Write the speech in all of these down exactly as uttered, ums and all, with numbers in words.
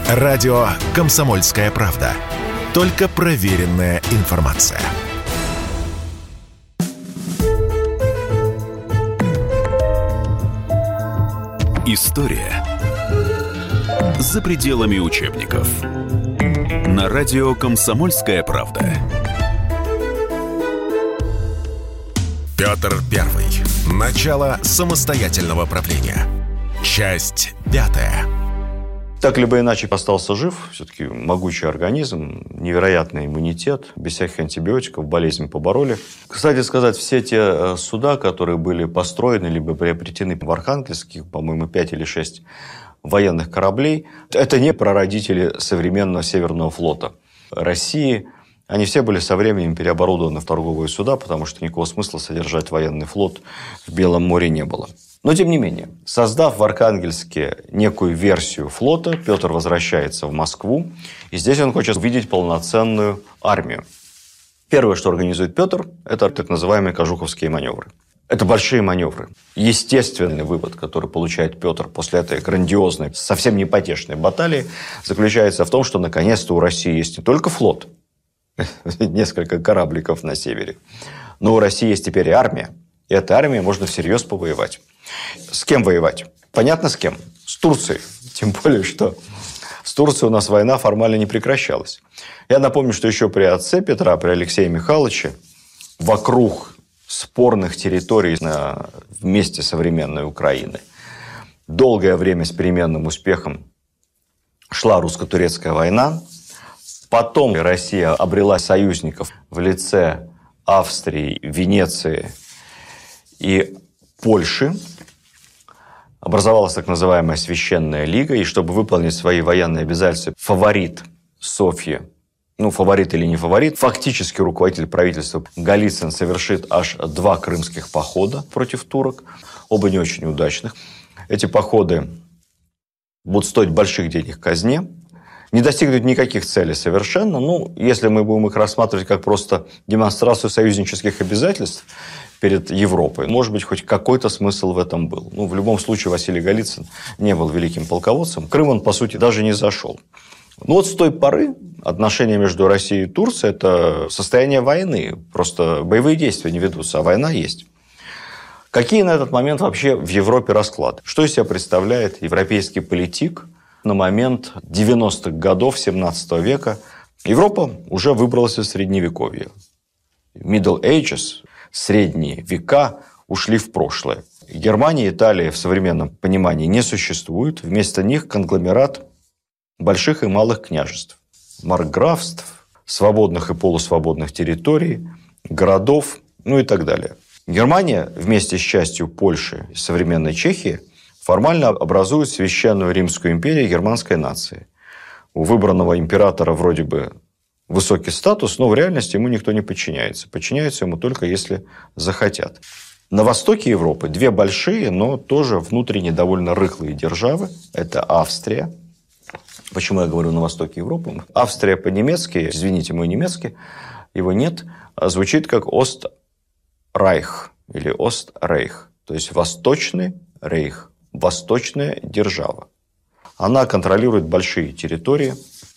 Радио «Комсомольская правда». Только проверенная информация. История за пределами учебников. На радио «Комсомольская правда». Петр Первый. Начало самостоятельного правления. Часть пятая. Так либо иначе остался жив, все-таки могучий организм, невероятный иммунитет, без всяких антибиотиков, болезнь побороли. Кстати сказать, все те суда, которые были построены либо приобретены в Архангельске, по-моему, пять или шесть военных кораблей, это не прародители современного Северного флота России. Они все были со временем переоборудованы в торговые суда, потому что никакого смысла содержать военный флот в Белом море не было. Но, тем не менее, создав в Архангельске некую версию флота, Петр возвращается в Москву, и здесь он хочет увидеть полноценную армию. Первое, что организует Петр, это так называемые кожуховские маневры. Это большие маневры. Естественный вывод, который получает Петр после этой грандиозной, совсем не потешной баталии, заключается в том, что наконец-то у России есть не только флот, несколько корабликов на севере, но у России есть теперь и армия. И этой армией можно всерьез повоевать. С кем воевать? Понятно, с кем. С Турцией. Тем более, что с Турцией у нас война формально не прекращалась. Я напомню, что еще при отце Петра, при Алексее Михайловиче, вокруг спорных территорий на месте современной Украины долгое время с переменным успехом шла русско-турецкая война. Потом Россия обрела союзников в лице Австрии, Венеции и Польши. Образовалась так называемая Священная Лига, и чтобы выполнить свои военные обязательства, фаворит Софьи, ну, фаворит или не фаворит, фактически руководитель правительства Голицын совершит аж два крымских похода против турок, оба не очень удачных. Эти походы будут стоить больших денег казне, не достигнут никаких целей совершенно. Ну, если мы будем их рассматривать как просто демонстрацию союзнических обязательств перед Европой, может быть, хоть какой-то смысл в этом был. Ну, в любом случае, Василий Голицын не был великим полководцем. Крым он, по сути, даже не зашел. Ну, вот с той поры отношения между Россией и Турцией – это состояние войны. Просто боевые действия не ведутся, а война есть. Какие на этот момент вообще в Европе расклады? Что из себя представляет европейский политик на момент девяностых годов семнадцатого века? Европа уже выбралась из Средневековья. Middle Ages, средние века, ушли в прошлое. Германия и Италия в современном понимании не существуют. Вместо них конгломерат больших и малых княжеств, маркграфств, свободных и полусвободных территорий, городов, ну и так далее. Германия вместе с частью Польши и современной Чехии формально образует Священную Римскую империю германской нации. У выбранного императора вроде бы высокий статус, но в реальности ему никто не подчиняется. Подчиняются ему только если захотят. На востоке Европы две большие, но тоже внутренне довольно рыхлые державы. Это Австрия. Почему я говорю на востоке Европы? Австрия по-немецки, извините, мой немецкий, его нет, звучит как Ост-Райх или Ост-Рейх. То есть Восточный Рейх, Восточная держава. Она контролирует большие территории,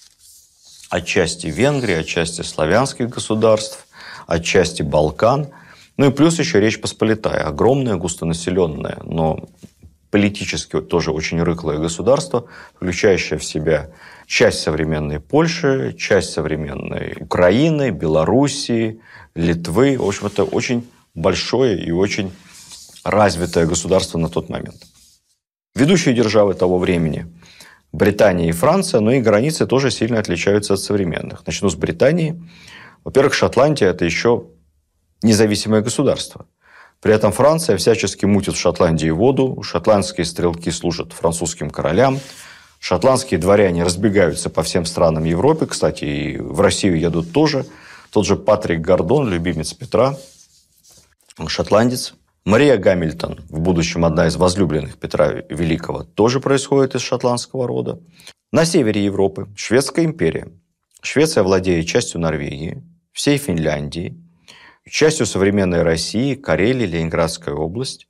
отчасти Венгрии, отчасти славянских государств, отчасти Балкан. Ну и плюс еще Речь Посполитая. Огромное, густонаселенное, но политически тоже очень рыхлое государство, включающее в себя часть современной Польши, часть современной Украины, Белоруссии, Литвы. В общем, это очень большое и очень развитое государство на тот момент. Ведущие державы того времени – Британия и Франция, но и границы тоже сильно отличаются от современных. Начну с Британии. Во-первых, Шотландия – это еще независимое государство. При этом Франция всячески мутит в Шотландии воду, шотландские стрелки служат французским королям, шотландские дворяне разбегаются по всем странам Европы, кстати, и в Россию едут тоже. Тот же Патрик Гордон, любимец Петра, шотландец. Мария Гамильтон, в будущем одна из возлюбленных Петра Великого, тоже происходит из шотландского рода. На севере Европы Шведская империя. Швеция владеет частью Норвегии, всей Финляндии, частью современной России, Карелии, Ленинградская область,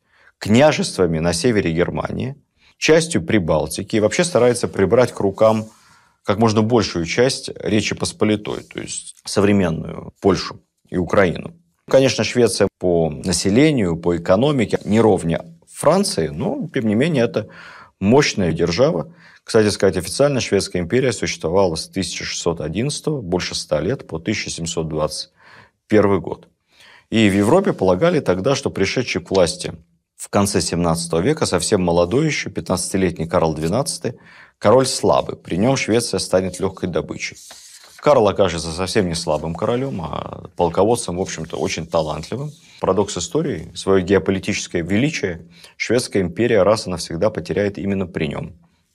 княжествами на севере Германии, частью Прибалтики и вообще старается прибрать к рукам как можно большую часть Речи Посполитой, то есть современную Польшу и Украину. Конечно, Швеция по населению, по экономике не ровня Франции, но, тем не менее, это мощная держава. Кстати сказать, официально Шведская империя существовала с тысяча шестьсот одиннадцатого, больше ста лет, по тысяча семьсот двадцать первый год. И в Европе полагали тогда, что пришедший к власти в конце семнадцатого века совсем молодой еще, пятнадцатилетний Карл двенадцатый, король слабый. При нем Швеция станет легкой добычей. Карл окажется совсем не слабым королем, а полководцем, в общем-то, очень талантливым. Парадокс истории, свое геополитическое величие Шведская империя раз и навсегда потеряет именно при нем.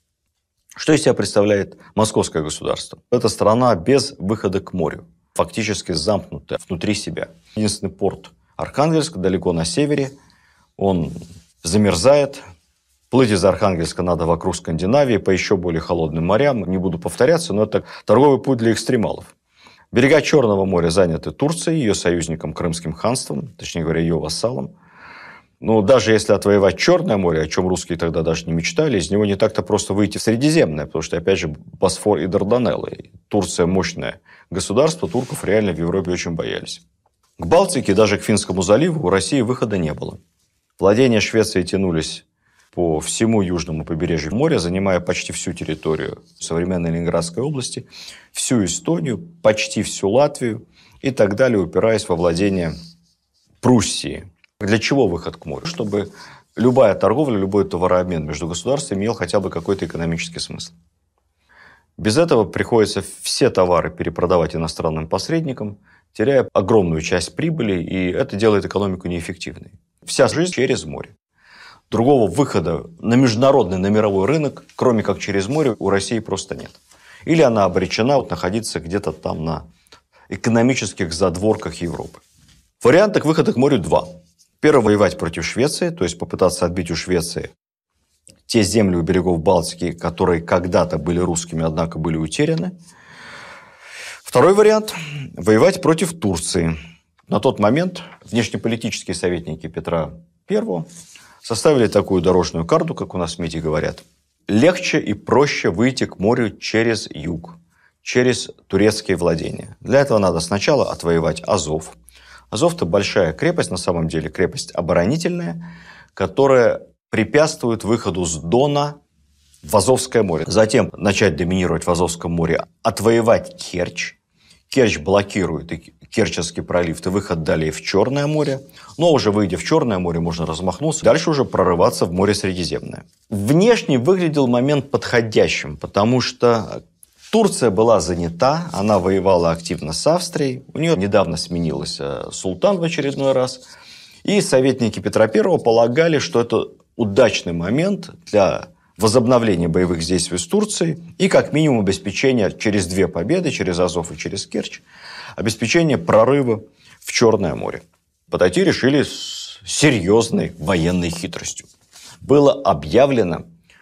Что из себя представляет московское государство? Это страна без выхода к морю, фактически замкнутая внутри себя. Единственный порт Архангельск далеко на севере, он замерзает. Плыть из Архангельска надо вокруг Скандинавии по еще более холодным морям. Не буду повторяться, но это торговый путь для экстремалов. Берега Черного моря заняты Турцией, ее союзником Крымским ханством, точнее говоря, ее вассалом. Но даже если отвоевать Черное море, о чем русские тогда даже не мечтали, из него не так-то просто выйти в Средиземное, потому что, опять же, Босфор и Дарданеллы. Турция мощное государство, турков реально в Европе очень боялись. К Балтике, даже к Финскому заливу у России выхода не было. Владения Швеции тянулись по всему южному побережью моря, занимая почти всю территорию современной Ленинградской области, всю Эстонию, почти всю Латвию и так далее, упираясь во владение Пруссии. Для чего выход к морю? Чтобы любая торговля, любой товарообмен между государствами имел хотя бы какой-то экономический смысл. Без этого приходится все товары перепродавать иностранным посредникам, теряя огромную часть прибыли, и это делает экономику неэффективной. Вся жизнь через море. Другого выхода на международный, на мировой рынок, кроме как через море, у России просто нет. Или она обречена вот находиться где-то там на экономических задворках Европы. Варианты выхода к морю два. Первый – воевать против Швеции, то есть попытаться отбить у Швеции те земли у берегов Балтики, которые когда-то были русскими, однако были утеряны. Второй вариант – воевать против Турции. На тот момент внешнеполитические советники Петра Первого составили такую дорожную карту, как у нас в МИДе говорят. Легче и проще выйти к морю через юг, через турецкие владения. Для этого надо сначала отвоевать Азов. Азов – это большая крепость, на самом деле крепость оборонительная, которая препятствует выходу с Дона в Азовское море. Затем начать доминировать в Азовском море, отвоевать Керчь. Керчь блокирует и Керченский пролив, и выход далее в Черное море. Но уже выйдя в Черное море, можно размахнуться. Дальше уже прорываться в море Средиземное. Внешне выглядел момент подходящим, потому что Турция была занята, она воевала активно с Австрией. У нее недавно сменился султан в очередной раз. И советники Петра Первого полагали, что это удачный момент для возобновления боевых действий с Турцией и как минимум обеспечения через две победы, через Азов и через Керчь, обеспечения прорыва в Черное море. Подойти решили с серьезной военной хитростью. Было объявлено,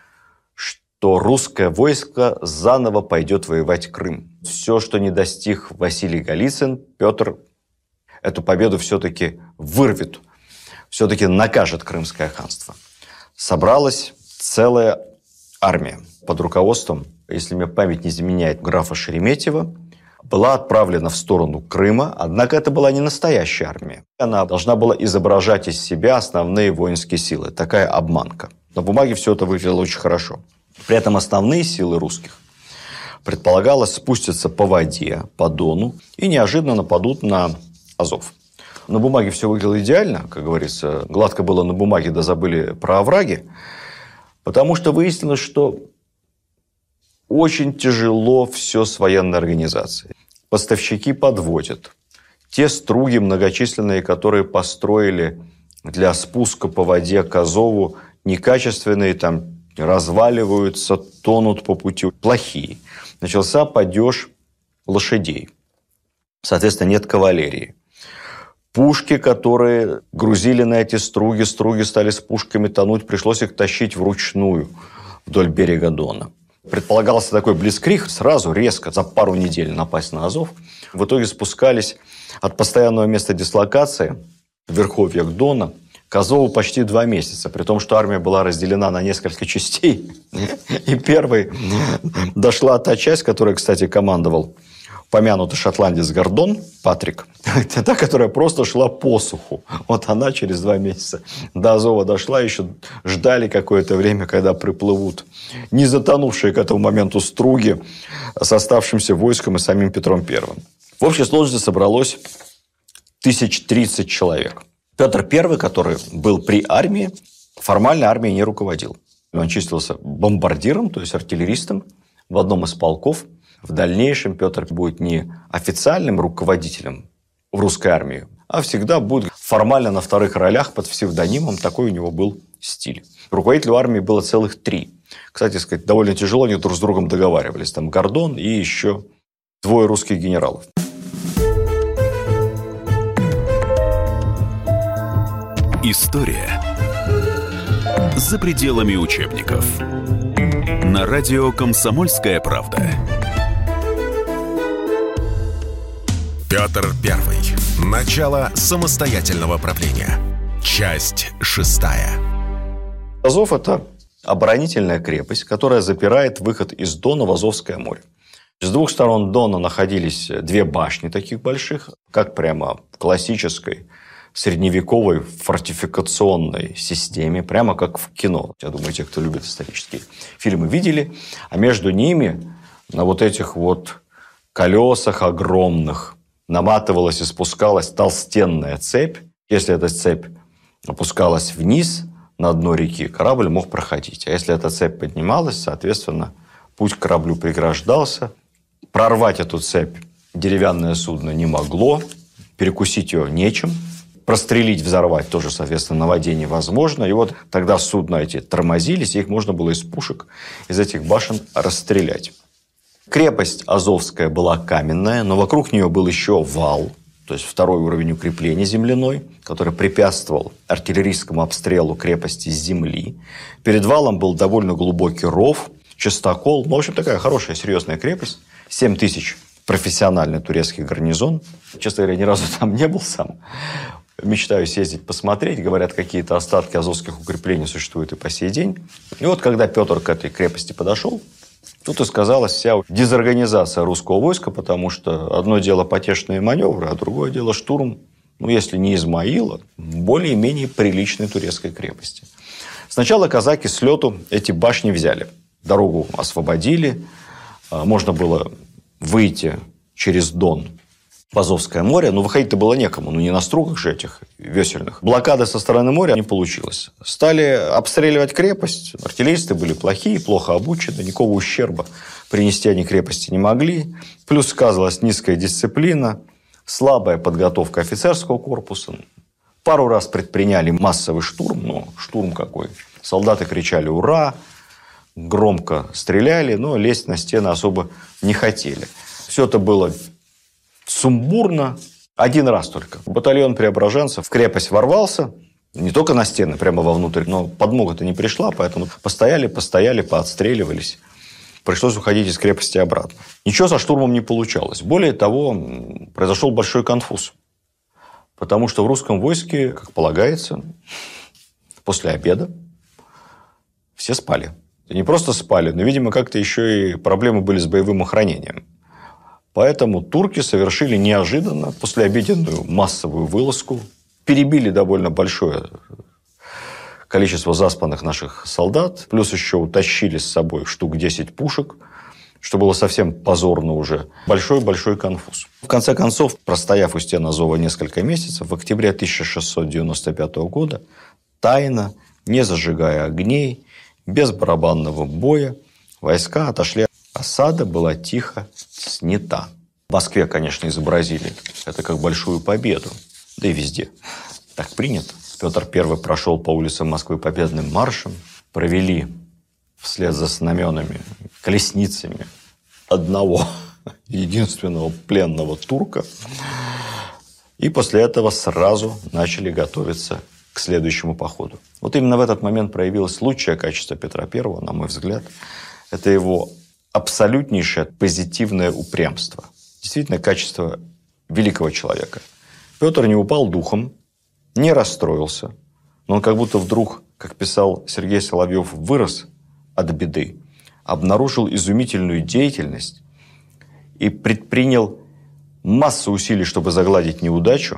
что русское войско заново пойдет воевать Крым. Все, что не достиг Василий Голицын, Петр эту победу все-таки вырвет, все-таки накажет Крымское ханство. Собралась целая армия под руководством, если мне память не изменяет, графа Шереметьева, была отправлена в сторону Крыма, однако это была не настоящая армия. Она должна была изображать из себя основные воинские силы. Такая обманка. На бумаге все это выглядело очень хорошо. При этом основные силы русских предполагалось спуститься по воде, по Дону, и неожиданно нападут на Азов. На бумаге все выглядело идеально, как говорится, гладко было на бумаге, да забыли про овраги, потому что выяснилось, что очень тяжело все с военной организацией. Поставщики подводят. Те струги многочисленные, которые построили для спуска по воде к Азову, некачественные, там разваливаются, тонут по пути, плохие. Начался падеж лошадей. Соответственно, нет кавалерии. Пушки, которые грузили на эти струги, струги стали с пушками тонуть, пришлось их тащить вручную вдоль берега Дона. Предполагался такой блицкриг, сразу, резко, за пару недель напасть на Азов. В итоге спускались от постоянного места дислокации в верховьях Дона к Азову почти два месяца, при том, что армия была разделена на несколько частей. И первой дошла та часть, которой, кстати, командовал помянутый шотландец Гордон, Патрик, та, которая просто шла по суху. Вот она через два месяца до Азова дошла, еще ждали какое-то время, когда приплывут не затонувшие к этому моменту струги с оставшимся войском и самим Петром Первым. В общей сложности собралось тысяч тридцать человек. Петр Первый, который был при армии, формально армией не руководил. Он числился бомбардиром, то есть артиллеристом в одном из полков. В дальнейшем Петр будет не официальным руководителем в русской армии, а всегда будет формально на вторых ролях под псевдонимом. Такой у него был стиль. Руководителю армии было целых три. Кстати сказать, довольно тяжело они друг с другом договаривались. Там Гордон и еще двое русских генералов. История за пределами учебников. На радио «Комсомольская правда». Петр Первый. Начало самостоятельного правления. Часть шестая. Азов – это оборонительная крепость, которая запирает выход из Дона в Азовское море. С двух сторон Дона находились две башни таких больших, как прямо в классической средневековой фортификационной системе, прямо как в кино. Я думаю, те, кто любит исторические фильмы, видели. А между ними на вот этих вот колесах огромных наматывалась и спускалась толстенная цепь. Если эта цепь опускалась вниз на дно реки, корабль мог проходить. А если эта цепь поднималась, соответственно, путь к кораблю преграждался. Прорвать эту цепь деревянное судно не могло, перекусить ее нечем. Прострелить, взорвать тоже, соответственно, на воде невозможно. И вот тогда судна эти тормозились, и их можно было из пушек, из этих башен расстрелять. Крепость Азовская была каменная, но вокруг нее был еще вал, то есть второй уровень укрепления земляной, который препятствовал артиллерийскому обстрелу крепости с земли. Перед валом был довольно глубокий ров, частокол. Ну, в общем, такая хорошая, серьезная крепость. семь тысяч профессиональный турецкий гарнизон. Честно говоря, ни разу там не был сам. Мечтаю съездить посмотреть. Говорят, какие-то остатки азовских укреплений существуют и по сей день. И вот, когда Петр к этой крепости подошел, тут и сказалась вся дезорганизация русского войска, потому что одно дело потешные маневры, а другое дело штурм, ну, если не Измаила, более-менее приличной турецкой крепости. Сначала казаки с лету эти башни взяли. Дорогу освободили. Можно было выйти через Дон в Азовское море, но выходить-то было некому, ну не на стругах же этих весельных. Блокады со стороны моря не получилось. Стали обстреливать крепость, артиллеристы были плохие, плохо обучены, никакого ущерба принести они крепости не могли. Плюс сказывалась низкая дисциплина, слабая подготовка офицерского корпуса. Пару раз предприняли массовый штурм, но штурм какой. Солдаты кричали «Ура!», громко стреляли, но лезть на стены особо не хотели. Все это было сумбурно. Один раз только батальон преображенцев в крепость ворвался. Не только на стены, прямо вовнутрь, но подмога-то не пришла, поэтому постояли, постояли, поотстреливались. Пришлось уходить из крепости обратно. Ничего со штурмом не получалось. Более того, произошел большой конфуз. Потому что в русском войске, как полагается, после обеда все спали. Не просто спали, но, видимо, как-то еще и проблемы были с боевым охранением. Поэтому турки совершили неожиданно послеобеденную массовую вылазку, перебили довольно большое количество заспанных наших солдат, плюс еще утащили с собой штук десять пушек, что было совсем позорно уже. Большой-большой конфуз. В конце концов, простояв у стен Азова несколько месяцев, в октябре тысяча шестьсот девяносто пятого года тайно, не зажигая огней, без барабанного боя, войска отошли. Осада была тихо снята. В Москве, конечно, изобразили это как большую победу. Да и везде. Так принято. Петр Первый прошел по улицам Москвы победным маршем. Провели вслед за знаменами, колесницами одного единственного пленного турка. И после этого сразу начали готовиться к следующему походу. Вот именно в этот момент проявилось лучшее качество Петра Первого, на мой взгляд. Это его абсолютнейшее позитивное упрямство. Действительно, качество великого человека. Петр не упал духом, не расстроился, Но он как будто вдруг, как писал Сергей Соловьев, вырос от беды, обнаружил изумительную деятельность и предпринял массу усилий, чтобы загладить неудачу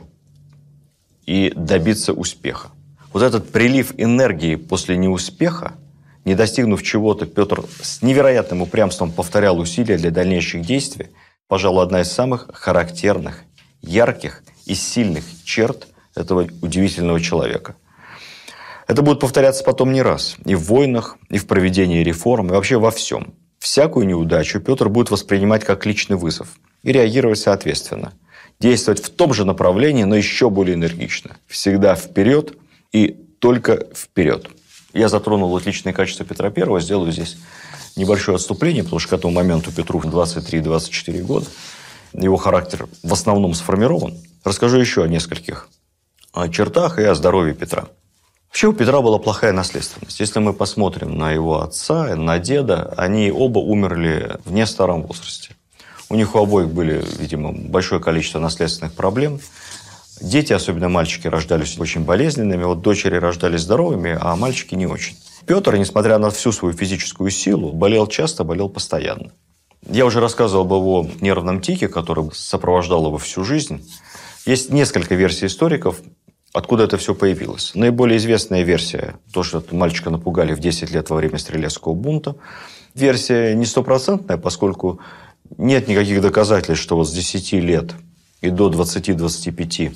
и добиться успеха. Вот этот прилив энергии после неуспеха, не достигнув чего-то, Петр с невероятным упрямством повторял усилия для дальнейших действий, пожалуй, одна из самых характерных, ярких и сильных черт этого удивительного человека. Это будет повторяться потом не раз. И в войнах, и в проведении реформ, и вообще во всем. Всякую неудачу Петр будет воспринимать как личный вызов и реагировать соответственно. Действовать в том же направлении, но еще более энергично. Всегда вперед и только вперед. Я затронул вот личные качества Петра Первого, сделаю здесь небольшое отступление, потому что к этому моменту Петру двадцать три - двадцать четыре года. Его характер в основном сформирован. Расскажу еще о нескольких чертах и о здоровье Петра. Вообще у Петра была плохая наследственность. Если мы посмотрим на его отца, на деда, они оба умерли в не старом возрасте. У них у обоих были, видимо, большое количество наследственных проблем. Дети, особенно мальчики, рождались очень болезненными. Вот дочери рождались здоровыми, а мальчики не очень. Петр, несмотря на всю свою физическую силу, болел часто, болел постоянно. Я уже рассказывал об его нервном тике, который сопровождал его всю жизнь. Есть несколько версий историков, откуда это все появилось. Наиболее известная версия – то, что мальчика напугали в десять лет во время Стрелецкого бунта. Версия не стопроцентная, поскольку нет никаких доказательств, что вот с десяти лет и до двадцати - двадцати пяти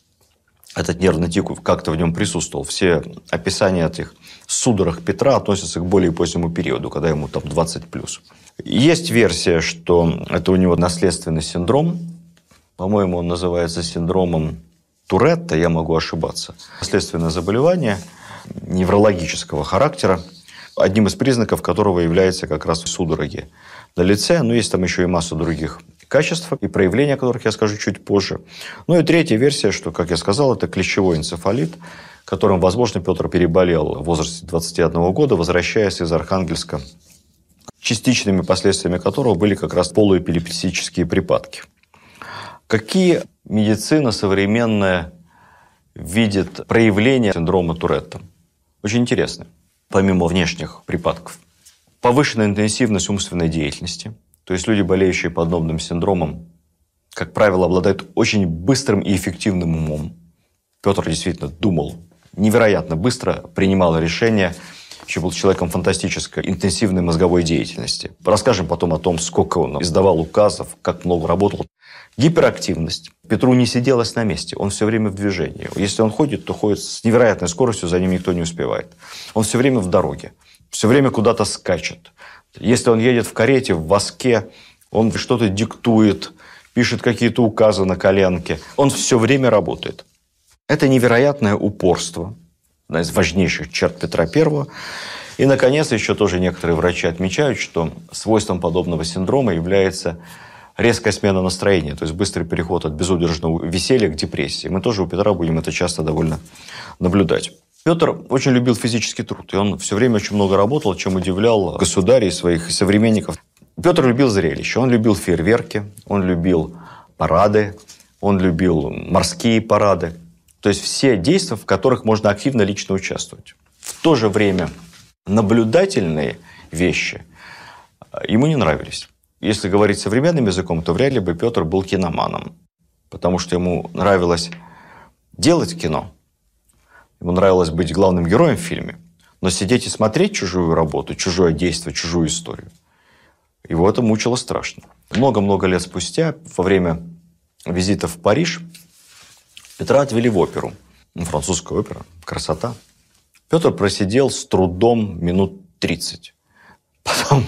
этот нервный тик как-то в нем присутствовал. Все описания этих судорог Петра относятся к более позднему периоду, когда ему там двадцать плюс. Есть версия, что это у него наследственный синдром. По-моему, он называется синдромом Туретта, я могу ошибаться. Наследственное заболевание неврологического характера, одним из признаков которого является как раз судороги на лице. Но есть там еще и масса других качеств и проявления, о которых я скажу чуть позже. Ну и третья версия, что, как я сказал, это клещевой энцефалит, которым, возможно, Петр переболел в возрасте двадцати одного года, возвращаясь из Архангельска, частичными последствиями которого были как раз полуэпилептические припадки. Какие медицина современная видит проявления синдрома Туретта? Очень интересно. Помимо внешних припадков. Повышенная интенсивность умственной деятельности. То есть люди, болеющие подобным синдромом, как правило, обладают очень быстрым и эффективным умом. Петр действительно думал невероятно быстро, принимал решения, еще был человеком фантастической интенсивной мозговой деятельности. Расскажем потом о том, сколько он издавал указов, как много работал. Гиперактивность. Петру не сиделось на месте, он все время в движении. Если он ходит, то ходит с невероятной скоростью, за ним никто не успевает. Он все время в дороге, все время куда-то скачет. Если он едет в карете, в воске, он что-то диктует, пишет какие-то указы на коленке. Он все время работает. Это невероятное упорство, одна из важнейших черт Петра Первого. И, наконец, еще тоже некоторые врачи отмечают, что свойством подобного синдрома является резкая смена настроения, то есть быстрый переход от безудержного веселья к депрессии. Мы тоже у Петра будем это часто довольно наблюдать. Петр очень любил физический труд, и он все время очень много работал, чем удивлял государей, своих современников. Петр любил зрелище, он любил фейерверки, он любил парады, он любил морские парады. То есть все действия, в которых можно активно лично участвовать. В то же время наблюдательные вещи ему не нравились. Если говорить современным языком, то вряд ли бы Петр был киноманом, потому что ему нравилось делать кино, ему нравилось быть главным героем в фильме, но сидеть и смотреть чужую работу, чужое действие, чужую историю, его это мучило страшно. Много-много лет спустя, во время визита в Париж, Петра отвели в оперу. Ну, французская опера. Красота. Петр просидел с трудом минут тридцать. Потом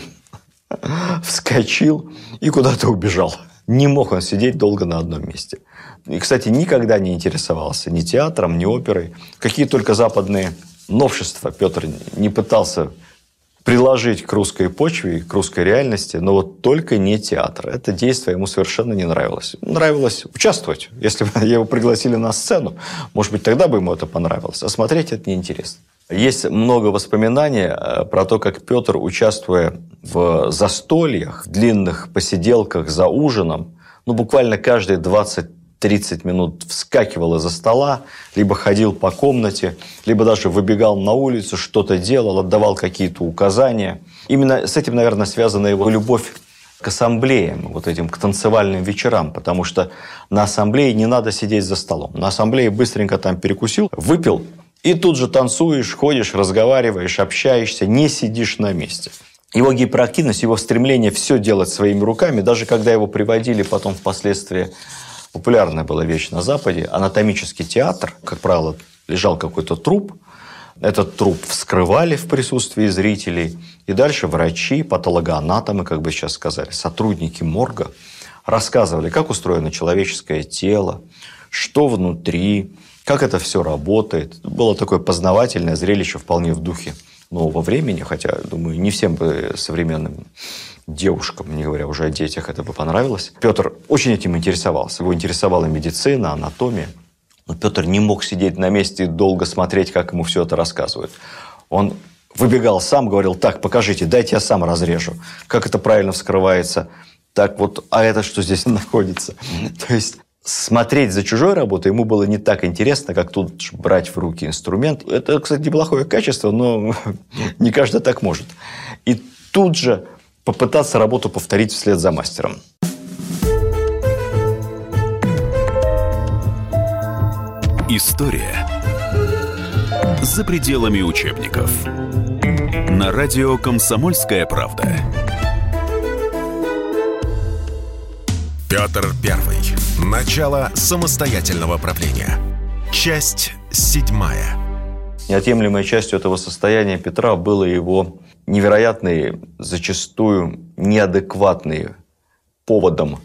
вскочил и куда-то убежал. Не мог он сидеть долго на одном месте. И, кстати, никогда не интересовался ни театром, ни оперой. Какие только западные новшества Петр не пытался приложить к русской почве, к русской реальности, но вот только не театр. Это действие ему совершенно не нравилось. Нравилось участвовать. Если бы его пригласили на сцену, может быть, тогда бы ему это понравилось. А смотреть это неинтересно. Есть много воспоминаний про то, как Петр, участвуя в застольях, в длинных посиделках за ужином, ну, буквально каждые двадцать тридцать минут вскакивал из-за стола, либо ходил по комнате, либо даже выбегал на улицу, что-то делал, отдавал какие-то указания. Именно с этим, наверное, связана его любовь к ассамблеям, вот этим, к танцевальным вечерам, потому что на ассамблее не надо сидеть за столом. На ассамблее быстренько там перекусил, выпил, и тут же танцуешь, ходишь, разговариваешь, общаешься, не сидишь на месте. Его гиперактивность, его стремление все делать своими руками, даже когда его приводили потом впоследствии, популярная была вещь на Западе, анатомический театр, как правило, лежал какой-то труп, этот труп вскрывали в присутствии зрителей, и дальше врачи, патологоанатомы, как бы сейчас сказали, сотрудники морга рассказывали, как устроено человеческое тело, что внутри, как это все работает. Было такое познавательное зрелище вполне в духе нового времени, хотя, думаю, не всем бы современным девушкам, не говоря уже о детях, это бы понравилось. Петр очень этим интересовался. Его интересовала медицина, анатомия. Но Петр не мог сидеть на месте и долго смотреть, как ему все это рассказывают. Он выбегал сам, говорил: так, покажите, дайте я сам разрежу. Как это правильно вскрывается. Так вот, а это что здесь находится? То есть смотреть за чужой работой ему было не так интересно, как тут брать в руки инструмент. Это, кстати, неплохое качество, но не каждый так может. И тут же попытаться работу повторить вслед за мастером. История за пределами учебников. На радио «Комсомольская правда». Петр Первый. Начало самостоятельного правления. Часть седьмая. Неотъемлемой частью этого состояния Петра было его невероятные, зачастую неадекватные поводом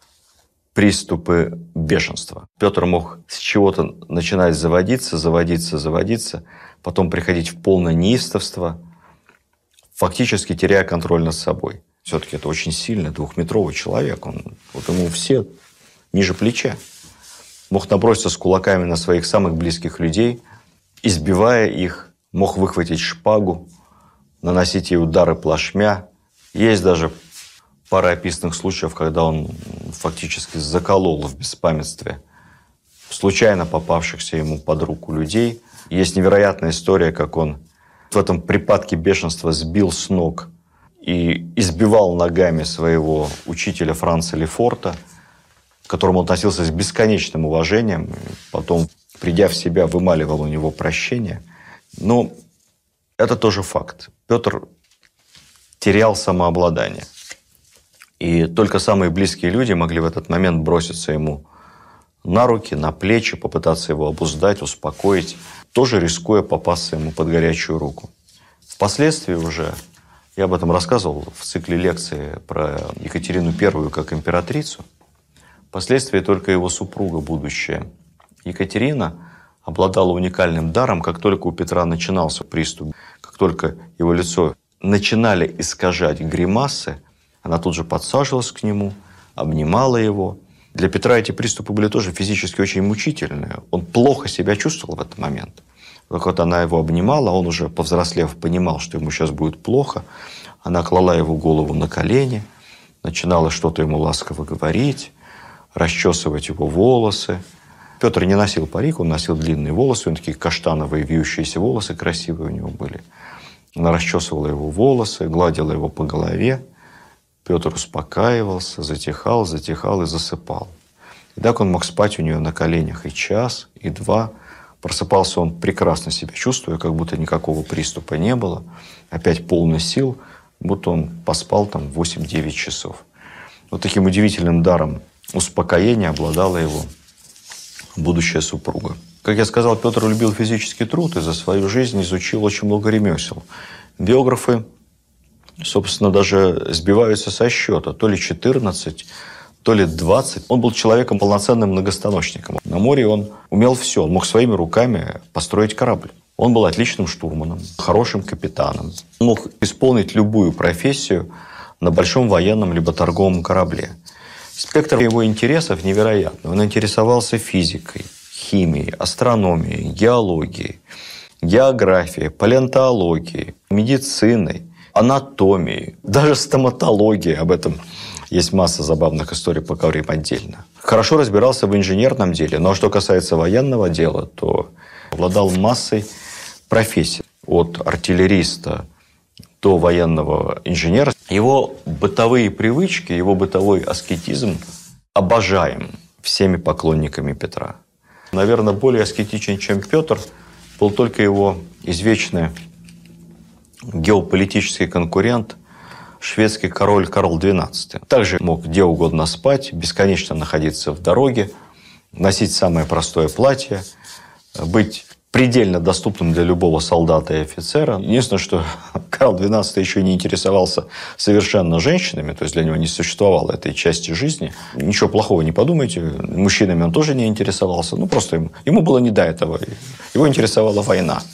приступы бешенства. Петр мог с чего-то начинать заводиться, заводиться, заводиться, потом приходить в полное неистовство, фактически теряя контроль над собой. Все-таки это очень сильный двухметровый человек. Он, вот ему все ниже плеча. Мог наброситься с кулаками на своих самых близких людей, избивая их, мог выхватить шпагу, наносить ей удары плашмя. Есть даже пара описанных случаев, когда он фактически заколол в беспамятстве случайно попавшихся ему под руку людей. Есть невероятная история, как он в этом припадке бешенства сбил с ног и избивал ногами своего учителя Франца Лефорта, к которому он относился с бесконечным уважением. Потом, придя в себя, вымаливал у него прощение. Но это тоже факт. Петр терял самообладание. И только самые близкие люди могли в этот момент броситься ему на руки, на плечи, попытаться его обуздать, успокоить, тоже рискуя попасться ему под горячую руку. Впоследствии уже, я об этом рассказывал в цикле лекций про Екатерину Первую как императрицу, впоследствии только его супруга, будущая Екатерина, обладала уникальным даром. Как только у Петра начинался приступ, как только его лицо начинали искажать гримасы, она тут же подсаживалась к нему, обнимала его. Для Петра эти приступы были тоже физически очень мучительные. Он плохо себя чувствовал в этот момент. Как вот она его обнимала, он уже, повзрослев, понимал, что ему сейчас будет плохо. Она клала его голову на колени, начинала что-то ему ласково говорить, расчесывать его волосы. Петр не носил парик, он носил длинные волосы, он такие каштановые вьющиеся волосы красивые у него были. Она расчесывала его волосы, гладила его по голове. Петр успокаивался, затихал, затихал и засыпал. И так он мог спать у нее на коленях и час, и два. Просыпался он прекрасно себя чувствуя, как будто никакого приступа не было. Опять полный сил, будто он поспал там восемь-девять часов. Вот таким удивительным даром успокоения обладала его будущая супруга. Как я сказал, Петр любил физический труд и за свою жизнь изучил очень много ремесел. Биографы, собственно, даже сбиваются со счета. То ли четырнадцать, то ли двадцать. Он был человеком полноценным многостаночником. На море он умел все. Он мог своими руками построить корабль. Он был отличным штурманом, хорошим капитаном. Он мог исполнить любую профессию на большом военном либо торговом корабле. Спектр его интересов невероятный. Он интересовался физикой, химией, астрономией, геологией, географией, палеонтологией, медициной, анатомией, даже стоматологией. Об этом есть масса забавных историй, поговорим отдельно. Хорошо разбирался в инженерном деле, но что касается военного дела, то обладал массой профессий. От артиллериста до военного инженера. Его бытовые привычки, его бытовой аскетизм обожаем всеми поклонниками Петра. Наверное, более аскетичен, чем Петр, был только его извечный геополитический конкурент, шведский король Карл двенадцатый. Также мог где угодно спать, бесконечно находиться в дороге, носить самое простое платье, быть предельно доступным для любого солдата и офицера. Единственное, что Карл двенадцатый еще не интересовался совершенно женщинами, то есть для него не существовало этой части жизни. Ничего плохого не подумайте, мужчинами он тоже не интересовался, ну просто ему, ему было не до этого, его интересовала война.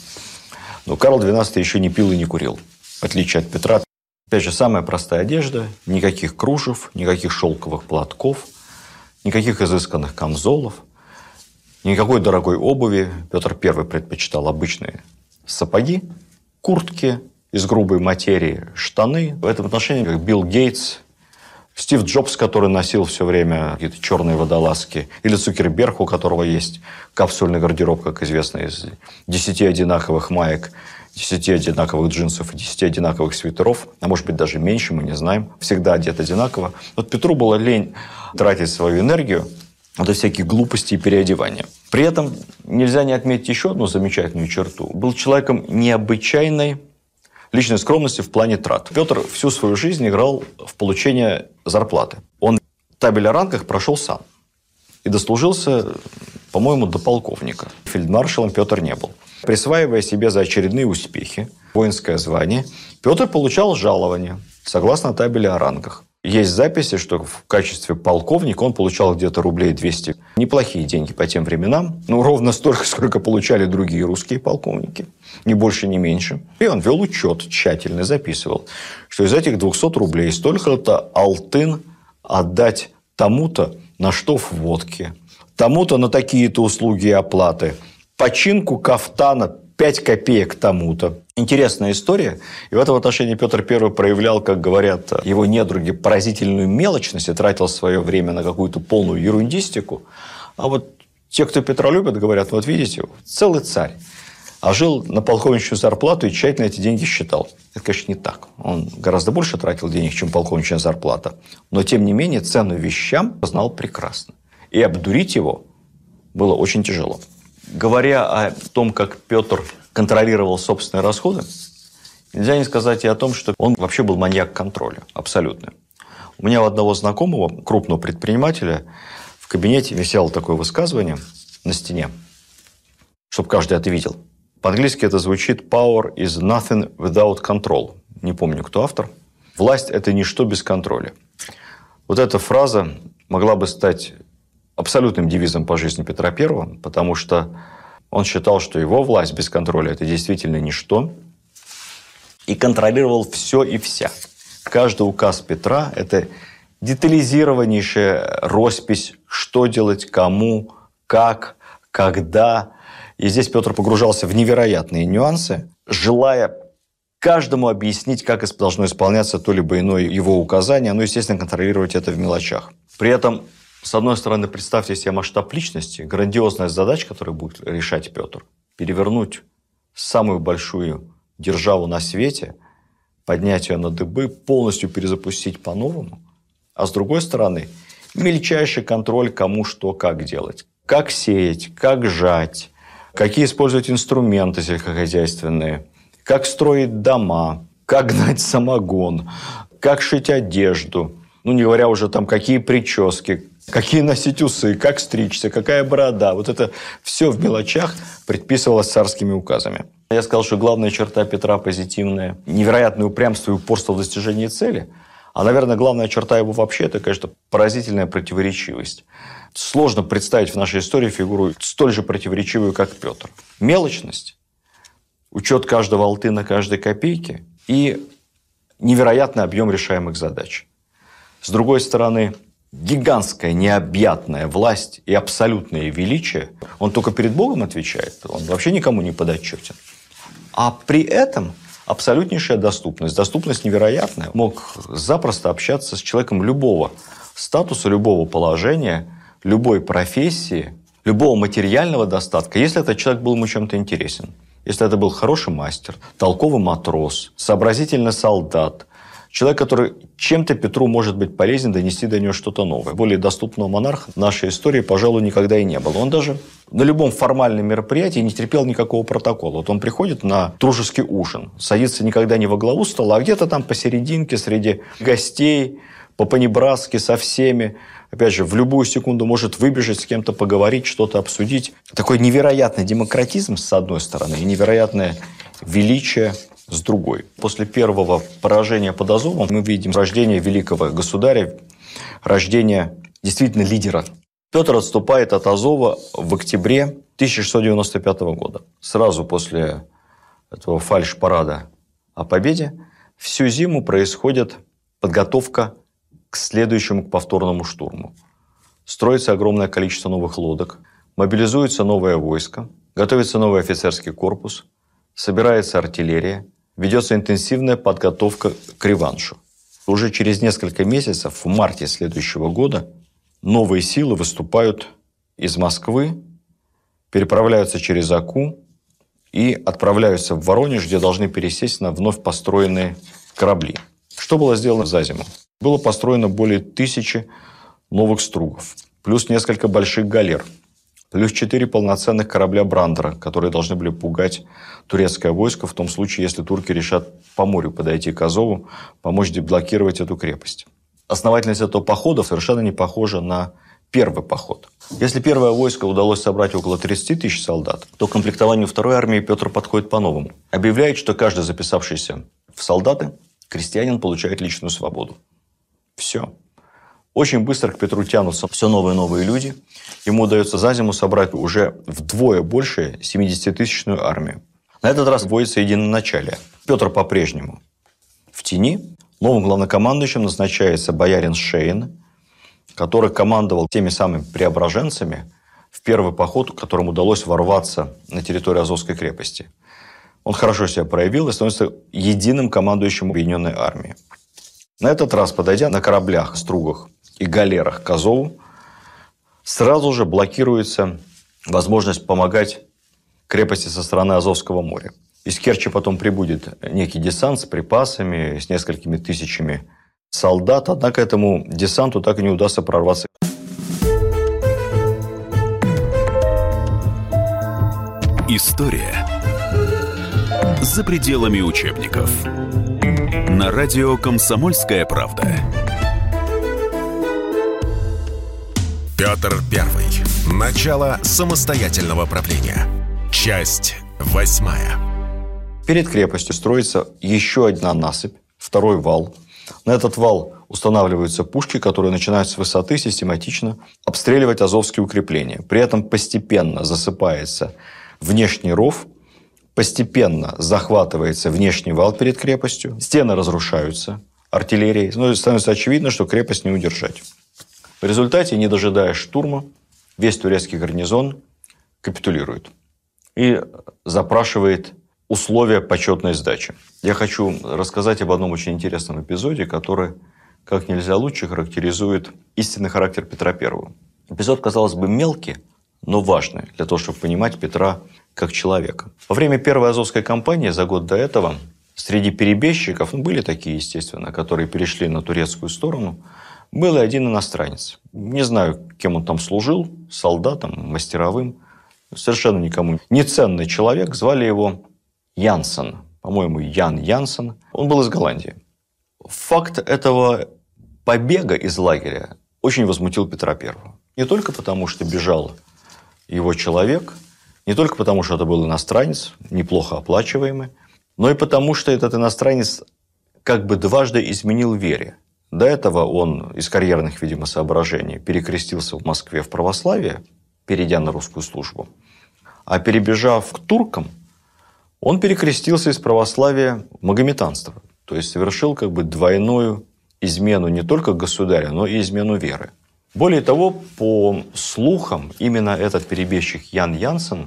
Но Карл двенадцатый еще не пил и не курил, в отличие от Петра. Опять же, самая простая одежда, никаких кружев, никаких шелковых платков, никаких изысканных камзолов. Никакой дорогой обуви. Петр Первый предпочитал обычные сапоги, куртки из грубой материи, штаны. В этом отношении как Билл Гейтс, Стив Джобс, который носил все время какие-то черные водолазки, или Цукерберг, у которого есть капсульный гардероб, как известно, из десяти одинаковых маек, десяти одинаковых джинсов и десяти одинаковых свитеров, а может быть даже меньше, мы не знаем, всегда одет одинаково. Вот Петру было лень тратить свою энергию на всякие глупости и переодевания. При этом нельзя не отметить еще одну замечательную черту. Был человеком необычайной личной скромности в плане трат. Петр всю свою жизнь играл в получение зарплаты. Он табель о рангах прошел сам. И дослужился, по-моему, до полковника. Фельдмаршалом Петр не был. Присваивая себе за очередные успехи воинское звание, Петр получал жалование, согласно табели о рангах. Есть записи, что в качестве полковника он получал где-то рублей двести. Неплохие деньги по тем временам. Ну, ровно столько, сколько получали другие русские полковники. Ни больше, ни меньше. И он вел учет, тщательно записывал, что из этих двухсот рублей столько-то алтын отдать тому-то на штоф водки, тому-то на такие-то услуги и оплаты, починку кафтана пять копеек тому-то. Интересная история. И в этом отношении Петр Первый проявлял, как говорят его недруги, поразительную мелочность и тратил свое время на какую-то полную ерундистику. А вот те, кто Петра любят, говорят, вот видите, целый царь, а жил на полковничью зарплату и тщательно эти деньги считал. Это, конечно, не так. Он гораздо больше тратил денег, чем полковничья зарплата. Но, тем не менее, цену вещам знал прекрасно. И обдурить его было очень тяжело. Говоря о том, как Петр контролировал собственные расходы, нельзя не сказать и о том, что он вообще был маньяк контроля. Абсолютно. У меня у одного знакомого, крупного предпринимателя, в кабинете висело такое высказывание на стене, чтобы каждый это видел. По-английски это звучит «Power is nothing without control». Не помню, кто автор. «Власть – это ничто без контроля». Вот эта фраза могла бы стать абсолютным девизом по жизни Петра Первого, потому что он считал, что его власть без контроля – это действительно ничто, и контролировал все и вся. Каждый указ Петра – это детализированнейшая роспись, что делать, кому, как, когда. И здесь Петр погружался в невероятные нюансы, желая каждому объяснить, как должно исполняться то либо иное его указание, но, естественно, контролировать это в мелочах. При этом, с одной стороны, представьте себе масштаб личности, грандиозная задача, которую будет решать Петр. Перевернуть самую большую державу на свете, поднять ее на дыбы, полностью перезапустить по-новому. А с другой стороны, мельчайший контроль, кому что, как делать. Как сеять, как жать, какие использовать инструменты сельскохозяйственные, как строить дома, как гнать самогон, как шить одежду. Ну, не говоря уже там, какие прически, какие носить усы, как стричься, какая борода. Вот это все в мелочах предписывалось царскими указами. Я сказал, что главная черта Петра позитивная, невероятное упрямство и упорство в достижении цели. А, наверное, главная черта его вообще – это, конечно, поразительная противоречивость. Сложно представить в нашей истории фигуру столь же противоречивую, как Петр. Мелочность, учет каждого алтына, каждой копейки и невероятный объем решаемых задач. С другой стороны, гигантская, необъятная власть и абсолютное величие. Он только перед Богом отвечает, он вообще никому не подотчетен. А при этом абсолютнейшая доступность, доступность невероятная. Мог запросто общаться с человеком любого статуса, любого положения, любой профессии, любого материального достатка, если этот человек был ему чем-то интересен. Если это был хороший мастер, толковый матрос, сообразительный солдат, человек, который чем-то Петру может быть полезен, донести до него что-то новое. Более доступного монарха в нашей истории, пожалуй, никогда и не было. Он даже на любом формальном мероприятии не терпел никакого протокола. Вот он приходит на дружеский ужин, садится никогда не во главу стола, а где-то там посерединке среди гостей, по-понебратски со всеми. Опять же, в любую секунду может выбежать, с кем-то поговорить, что-то обсудить. Такой невероятный демократизм с одной стороны и невероятное величие с другой. После первого поражения под Азовом мы видим рождение великого государя, рождение действительно лидера. Петр отступает от Азова в октябре тысяча шестьсот девяносто пятого года. Сразу после этого фальш-парада о победе всю зиму происходит подготовка к следующему, к повторному штурму. Строится огромное количество новых лодок, мобилизуется новое войско, готовится новый офицерский корпус, собирается артиллерия, ведется интенсивная подготовка к реваншу. Уже через несколько месяцев, в марте следующего года, новые силы выступают из Москвы, переправляются через Оку и отправляются в Воронеж, где должны пересесть на вновь построенные корабли. Что было сделано за зиму? Было построено более тысячи новых стругов, плюс несколько больших галер, плюс четыре полноценных корабля Брандера, которые должны были пугать турецкое войско в том случае, если турки решат по морю подойти к Азову, помочь деблокировать эту крепость. Основательность этого похода совершенно не похожа на первый поход. Если первое войско удалось собрать около тридцати тысяч солдат, то к комплектованию второй армии Петр подходит по-новому. Объявляет, что каждый записавшийся в солдаты крестьянин получает личную свободу. Все. Очень быстро к Петру тянутся все новые и новые люди. Ему удается за зиму собрать уже вдвое больше семидесятитысячную армию. На этот раз вводится единоначалие. Петр по-прежнему в тени. Новым главнокомандующим назначается боярин Шейн, который командовал теми самыми преображенцами в первый поход, которым удалось ворваться на территорию Азовской крепости. Он хорошо себя проявил и становится единым командующим объединенной армии. На этот раз, подойдя на кораблях, стругах и галерах к Азову, сразу же блокируется возможность помогать крепости со стороны Азовского моря. Из Керчи потом прибудет некий десант с припасами, с несколькими тысячами солдат, однако этому десанту так и не удастся прорваться. История за пределами учебников. На радио «Комсомольская правда». Петр Первый. Начало самостоятельного правления. Часть восьмая. Перед крепостью строится еще одна насыпь, второй вал. На этот вал устанавливаются пушки, которые начинают с высоты систематично обстреливать азовские укрепления. При этом постепенно засыпается внешний ров, постепенно захватывается внешний вал перед крепостью, стены разрушаются артиллерией. Ну, становится очевидно, что крепость не удержать. В результате, не дожидаясь штурма, весь турецкий гарнизон капитулирует и запрашивает условия почетной сдачи. Я хочу рассказать об одном очень интересном эпизоде, который как нельзя лучше характеризует истинный характер Петра Первого. Эпизод, казалось бы, мелкий, но важный для того, чтобы понимать Петра как человека. Во время первой Азовской кампании, за год до этого, среди перебежчиков, ну, были такие, естественно, которые перешли на турецкую сторону, был и один иностранец. Не знаю, кем он там служил, солдатом, мастеровым, совершенно никому не ценный человек, звали его Янсен, по-моему, Ян Янсен. Он был из Голландии. Факт этого побега из лагеря очень возмутил Петра Первого. Не только потому, что бежал его человек, не только потому, что это был иностранец, неплохо оплачиваемый, но и потому, что этот иностранец как бы дважды изменил вере. До этого он из карьерных, видимо, соображений перекрестился в Москве в православие, перейдя на русскую службу. А перебежав к туркам, он перекрестился из православия в магометанство. То есть совершил как бы двойную измену не только государя, но и измену веры. Более того, по слухам, именно этот перебежчик Ян Янсен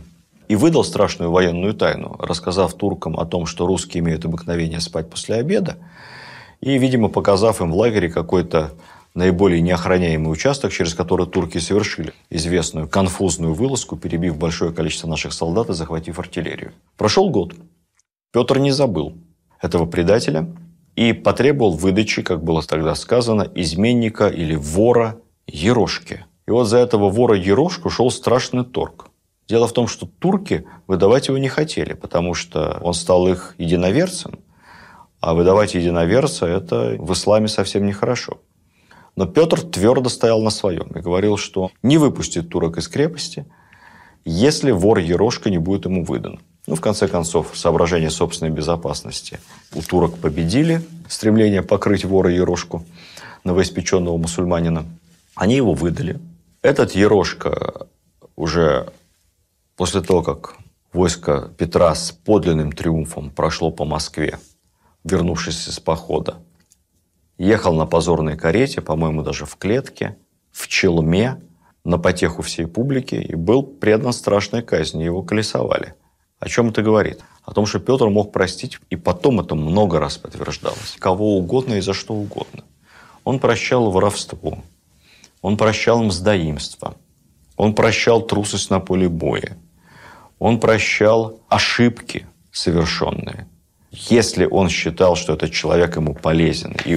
и выдал страшную военную тайну, рассказав туркам о том, что русские имеют обыкновение спать после обеда, и, видимо, показав им в лагере какой-то наиболее неохраняемый участок, через который турки совершили известную конфузную вылазку, перебив большое количество наших солдат и захватив артиллерию. Прошел год. Петр не забыл этого предателя и потребовал выдачи, как было тогда сказано, изменника или вора Ерошки. И вот за этого вора Ерошку шел страшный торг. Дело в том, что турки выдавать его не хотели, потому что он стал их единоверцем, а выдавать единоверца – это в исламе совсем нехорошо. Но Петр твердо стоял на своем и говорил, что не выпустит турок из крепости, если вор Ерошка не будет ему выдан. Ну, в конце концов, соображения собственной безопасности у турок победили, стремление покрыть вора Ерошку, новоиспеченного мусульманина. Они его выдали. Этот Ерошка уже после того, как войско Петра с подлинным триумфом прошло по Москве, вернувшись из похода, ехал на позорной карете, по-моему, даже в клетке, в челме, на потеху всей публики, и был предан страшной казни, его колесовали. О чем это говорит? О том, что Петр мог простить, и потом это много раз подтверждалось, кого угодно и за что угодно. Он прощал воровство, он прощал мздоимство, он прощал трусость на поле боя, он прощал ошибки совершенные. Если он считал, что этот человек ему полезен, и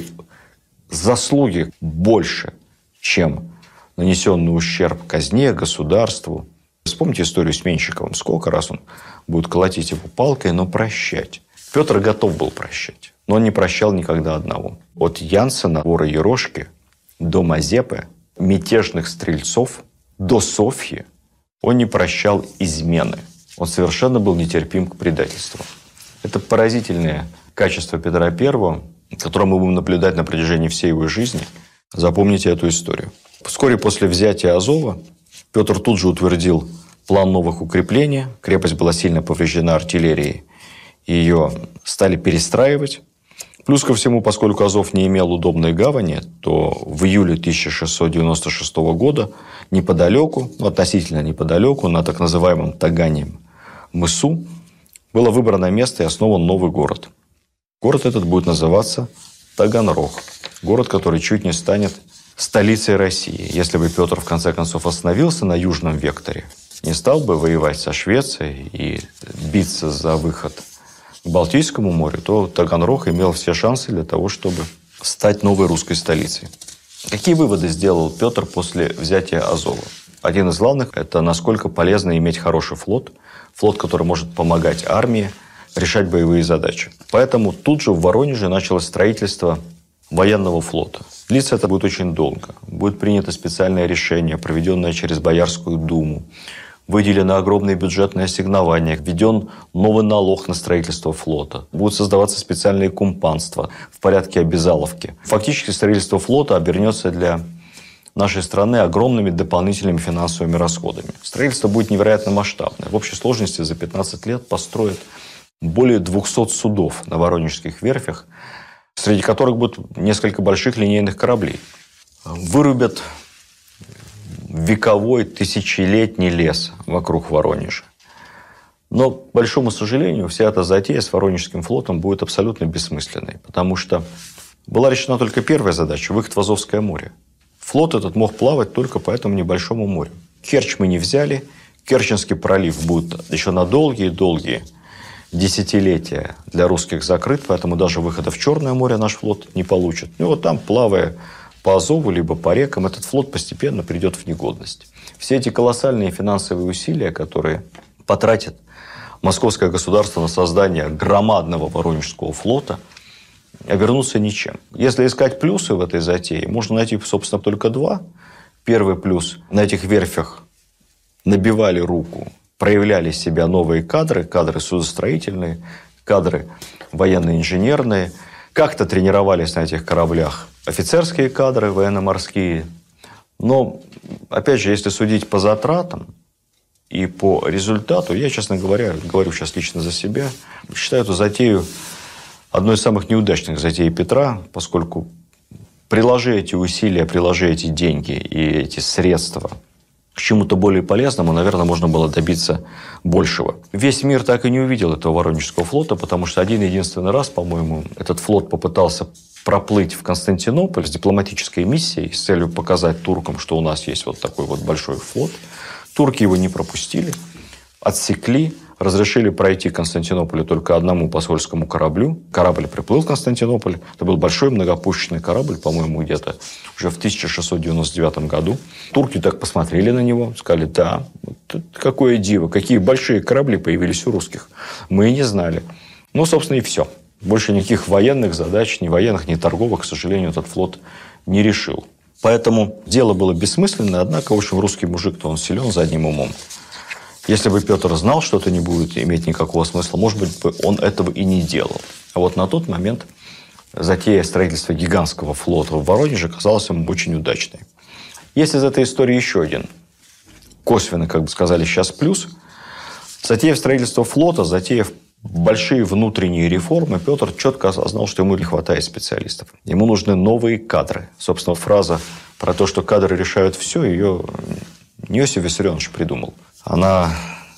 заслуги больше, чем нанесенный ущерб казне, государству. Вспомните историю с Меньшиковым. Сколько раз он будет колотить его палкой, но прощать. Петр готов был прощать, но он не прощал никогда одного. От Янсена, вора Ерошки, до Мазепы, мятежных стрельцов, до Софьи он не прощал измены. Он совершенно был нетерпим к предательству. Это поразительное качество Петра Первого, которое мы будем наблюдать на протяжении всей его жизни. Запомните эту историю. Вскоре после взятия Азова Петр тут же утвердил план новых укреплений. Крепость была сильно повреждена артиллерией. Ее стали перестраивать. Плюс ко всему, поскольку Азов не имел удобной гавани, то в июле тысяча шестьсот девяносто шестого года неподалеку, относительно неподалеку, на так называемом Таганьем мысу, было выбрано место и основан новый город. Город этот будет называться Таганрог. Город, который чуть не станет столицей России. Если бы Петр в конце концов остановился на южном векторе, не стал бы воевать со Швецией и биться за выход к Балтийскому морю, то Таганрог имел все шансы для того, чтобы стать новой русской столицей. Какие выводы сделал Петр после взятия Азова? Один из главных – это насколько полезно иметь хороший флот, флот, который может помогать армии решать боевые задачи. Поэтому тут же в Воронеже началось строительство военного флота. Длиться это будет очень долго. Будет принято специальное решение, проведенное через Боярскую думу. Выделено огромное бюджетное ассигнование, введен новый налог на строительство флота. Будут создаваться специальные кумпанства в порядке обязаловки. Фактически строительство флота обернется для нашей страны огромными дополнительными финансовыми расходами. Строительство будет невероятно масштабное. В общей сложности за пятнадцать лет построят более двухсот судов на воронежских верфях, среди которых будет несколько больших линейных кораблей. Вырубят вековой, тысячелетний лес вокруг Воронежа. Но, к большому сожалению, вся эта затея с Воронежским флотом будет абсолютно бессмысленной, потому что была решена только первая задача – выход в Азовское море. Флот этот мог плавать только по этому небольшому морю. Керчь мы не взяли, Керченский пролив будет еще на долгие-долгие десятилетия для русских закрыт, поэтому даже выхода в Черное море наш флот не получит. И вот там, плавая по Азову, либо по рекам, этот флот постепенно придет в негодность. Все эти колоссальные финансовые усилия, которые потратит московское государство на создание громадного Воронежского флота, обернутся ничем. Если искать плюсы в этой затее, можно найти, собственно, только два. Первый плюс – на этих верфях набивали руку, проявляли себя новые кадры, кадры судостроительные, кадры военно-инженерные. Как-то тренировались на этих кораблях офицерские кадры, военно-морские. Но, опять же, если судить по затратам и по результату, я, честно говоря, говорю сейчас лично за себя, считаю эту затею одной из самых неудачных затей Петра, поскольку приложи эти усилия, приложи эти деньги и эти средства к чему-то более полезному, наверное, можно было добиться большего. Весь мир так и не увидел этого Воронежского флота, потому что один-единственный раз, по-моему, этот флот попытался проплыть в Константинополь с дипломатической миссией с целью показать туркам, что у нас есть вот такой вот большой флот. Турки его не пропустили, отсекли, разрешили пройти к Константинополю только одному посольскому кораблю. Корабль приплыл в Константинополь. Это был большой многопушечный корабль, по-моему, где-то уже в тысяча шестьсот девяносто девятом году. Турки так посмотрели на него, сказали: да, вот какое диво, какие большие корабли появились у русских. Мы и не знали. Ну, собственно, и все. Больше никаких военных задач, ни военных, ни торговых, к сожалению, этот флот не решил. Поэтому дело было бессмысленное, однако, в общем, русский мужик-то он силен задним умом. Если бы Петр знал, что это не будет иметь никакого смысла, может быть, он этого и не делал. А вот на тот момент затея строительства гигантского флота в Воронеже казалась ему очень удачной. Есть из этой истории еще один косвенный, как бы сказали сейчас, плюс. Затеяв строительство флота, затеяв большие внутренние реформы, Петр четко осознал, что ему не хватает специалистов. Ему нужны новые кадры. Собственно, фраза про то, что кадры решают все, ее не Иосиф Виссарионович придумал. Она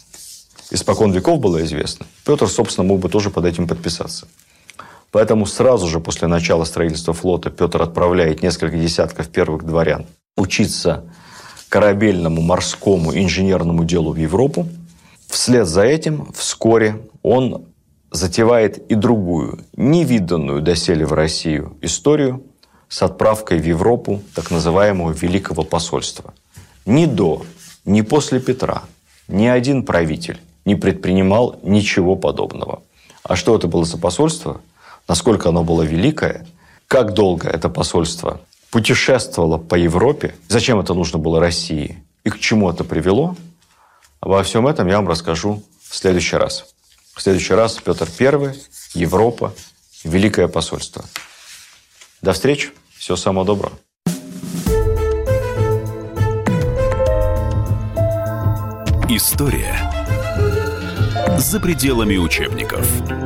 испокон веков была известна. Петр, собственно, мог бы тоже под этим подписаться. Поэтому сразу же после начала строительства флота Петр отправляет несколько десятков первых дворян учиться корабельному, морскому, инженерному делу в Европу. Вслед за этим вскоре он затевает и другую, невиданную доселе в Россию историю с отправкой в Европу так называемого Великого посольства. Ни до, ни после Петра ни один правитель не предпринимал ничего подобного. А что это было за посольство? Насколько оно было великое? Как долго это посольство путешествовало по Европе? Зачем это нужно было России? И к чему это привело? Обо всем этом я вам расскажу в следующий раз. В следующий раз Петр Первый, Европа, Великое посольство. До встречи. Всего самого доброго. История за пределами учебников.